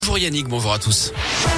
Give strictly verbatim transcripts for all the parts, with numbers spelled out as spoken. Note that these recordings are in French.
Bonjour Yannick, bonjour à tous.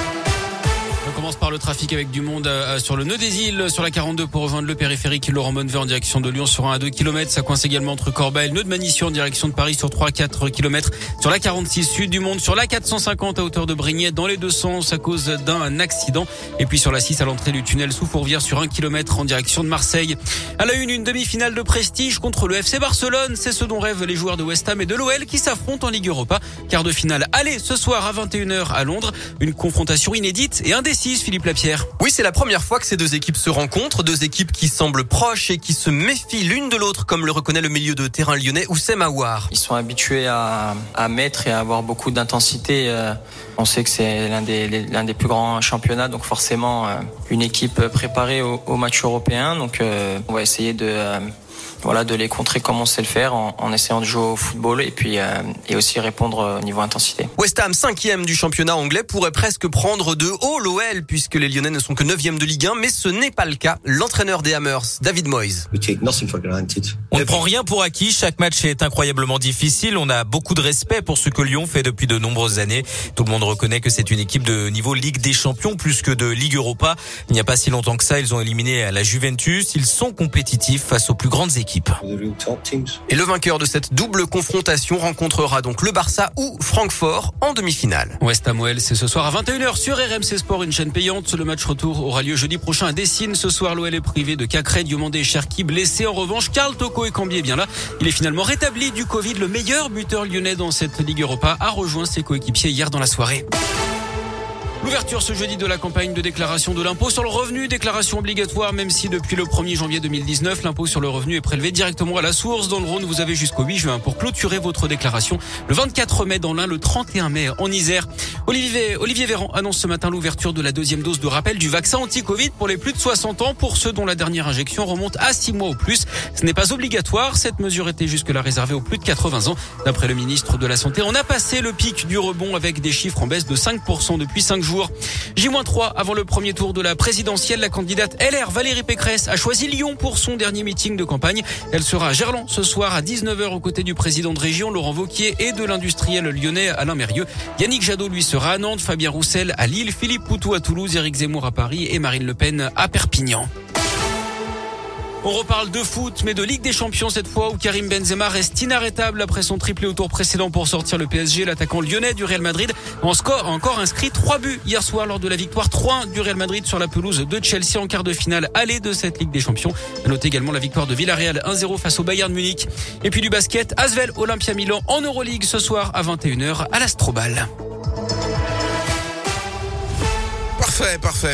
On commence par le trafic avec du monde euh, sur le nœud des îles, sur la quarante-deux pour rejoindre le périphérique Laurent Monnevet en direction de Lyon sur un à deux kilomètres. Ça coince également entre Corbeil et le nœud de Magny-sur en direction de Paris sur trois à quatre kilomètres. Sur la quarante-six sud du monde, sur la quatre cent cinquante à hauteur de Brignais dans les deux sens à cause d'un accident. Et puis sur la six à l'entrée du tunnel sous Fourvière sur un kilomètre en direction de Marseille. À la une, une demi-finale de prestige contre le F C Barcelone. C'est ce dont rêvent les joueurs de West Ham et de l'O L qui s'affrontent en Ligue Europa. Quart de finale aller ce soir à vingt et une heures à Londres. Une confrontation inédite et indécise, Philippe Lapierre. Oui, c'est la première fois que ces deux équipes se rencontrent, deux équipes qui semblent proches et qui se méfient l'une de l'autre, comme le reconnaît le milieu de terrain lyonnais Oussem Aouar. Ils sont habitués à, à mettre et à avoir beaucoup d'intensité. On sait que c'est l'un des, l'un des plus grands championnats, donc forcément une équipe préparée au, au match européen. Donc on va essayer de... Voilà, de les contrer comme on sait le faire en, en essayant de jouer au football et puis euh, et aussi répondre au niveau intensité. West Ham, cinquième du championnat anglais, pourrait presque prendre de haut l'O L puisque les Lyonnais ne sont que neuvième de Ligue un, mais ce n'est pas le cas. L'entraîneur des Hammers, David Moyes. On ne prend rien pour acquis, chaque match est incroyablement difficile, on a beaucoup de respect pour ce que Lyon fait depuis de nombreuses années. Tout le monde reconnaît que c'est une équipe de niveau Ligue des Champions plus que de Ligue Europa. Il n'y a pas si longtemps que ça, ils ont éliminé la Juventus, ils sont compétitifs face aux plus grandes équipes. Et le vainqueur de cette double confrontation rencontrera donc le Barça ou Francfort en demi-finale. West Ham O L, c'est ce soir à vingt et une heures sur R M C Sport, une chaîne payante. Le match retour aura lieu jeudi prochain à Dessine. Ce soir, l'O L est privé de Cacré, Diomandé et Cherki blessés. En revanche, Karl Toko et Cambier est bien là. Il est finalement rétabli du Covid. Le meilleur buteur lyonnais dans cette Ligue Europa a rejoint ses coéquipiers hier dans la soirée. L'ouverture ce jeudi de la campagne de déclaration de l'impôt sur le revenu, déclaration obligatoire, même si depuis le premier janvier deux mille dix-neuf, l'impôt sur le revenu est prélevé directement à la source. Dans le Rhône, vous avez jusqu'au huit juin pour clôturer votre déclaration. Le vingt-quatre mai dans l'Ain, le trente et un mai en Isère. Olivier, Olivier Véran annonce ce matin l'ouverture de la deuxième dose de rappel du vaccin anti-Covid pour les plus de soixante ans, pour ceux dont la dernière injection remonte à six mois ou plus. Ce n'est pas obligatoire. Cette mesure était jusque-là réservée aux plus de quatre-vingts ans. D'après le ministre de la Santé, on a passé le pic du rebond avec des chiffres en baisse de cinq pour cent depuis cinq jours. J trois avant le premier tour de la présidentielle, la candidate L R Valérie Pécresse a choisi Lyon pour son dernier meeting de campagne. Elle sera à Gerland ce soir à dix-neuf heures aux côtés du président de région Laurent Wauquiez et de l'industriel lyonnais Alain Mérieux. Yannick Jadot lui sera à Nantes, Fabien Roussel à Lille, Philippe Poutou à Toulouse, Éric Zemmour à Paris et Marine Le Pen à Perpignan. On reparle de foot, mais de Ligue des Champions cette fois, où Karim Benzema reste inarrêtable après son triplé au tour précédent pour sortir le P S G. L'attaquant lyonnais du Real Madrid en score a encore inscrit trois buts hier soir lors de la victoire trois un du Real Madrid sur la pelouse de Chelsea en quart de finale aller de cette Ligue des Champions. À noter également la victoire de Villarreal un zéro face au Bayern Munich. Et puis du basket, Asvel Olympia Milan en Euroleague ce soir à vingt et une heures à l'Astrobal. Parfait, parfait.